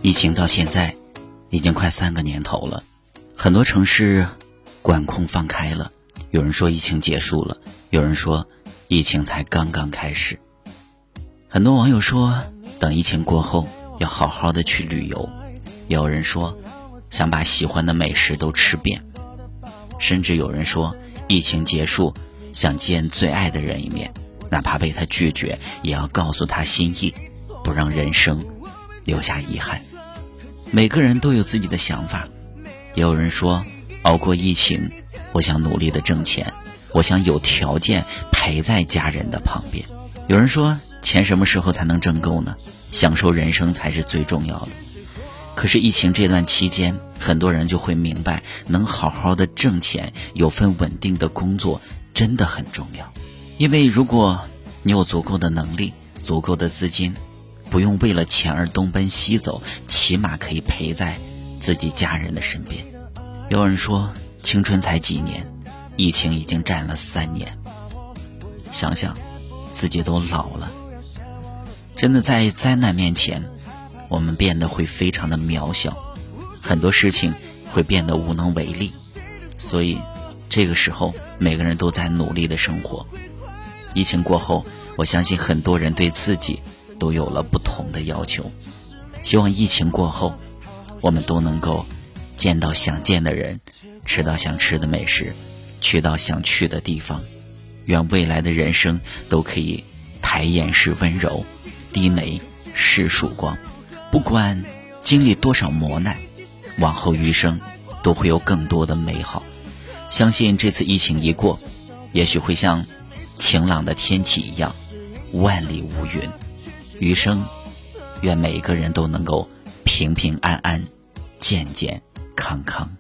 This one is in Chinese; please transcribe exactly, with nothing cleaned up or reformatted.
疫情到现在已经快三个年头了，很多城市管控放开了，有人说疫情结束了，有人说疫情才刚刚开始。很多网友说等疫情过后要好好的去旅游，也有人说想把喜欢的美食都吃遍，甚至有人说疫情结束想见最爱的人一面，哪怕被他拒绝也要告诉他心意，不让人生留下遗憾。每个人都有自己的想法，也有人说熬过疫情，我想努力的挣钱，我想有条件陪在家人的旁边。有人说钱什么时候才能挣够呢？享受人生才是最重要的。可是疫情这段期间，很多人就会明白，能好好的挣钱，有份稳定的工作真的很重要。因为如果你有足够的能力，足够的资金，不用为了钱而东奔西走，起码可以陪在自己家人的身边。有人说青春才几年，疫情已经占了三年，想想自己都老了。真的在灾难面前，我们变得会非常的渺小，很多事情会变得无能为力。所以这个时候每个人都在努力的生活。疫情过后，我相信很多人对自己都有了不同的要求。希望疫情过后，我们都能够见到想见的人，吃到想吃的美食，去到想去的地方。愿未来的人生都可以抬眼是温柔，低眉是曙光。不管经历多少磨难，往后余生都会有更多的美好。相信这次疫情一过，也许会像晴朗的天气一样，万里无云。余生愿每一个人都能够平平安安，健健康康。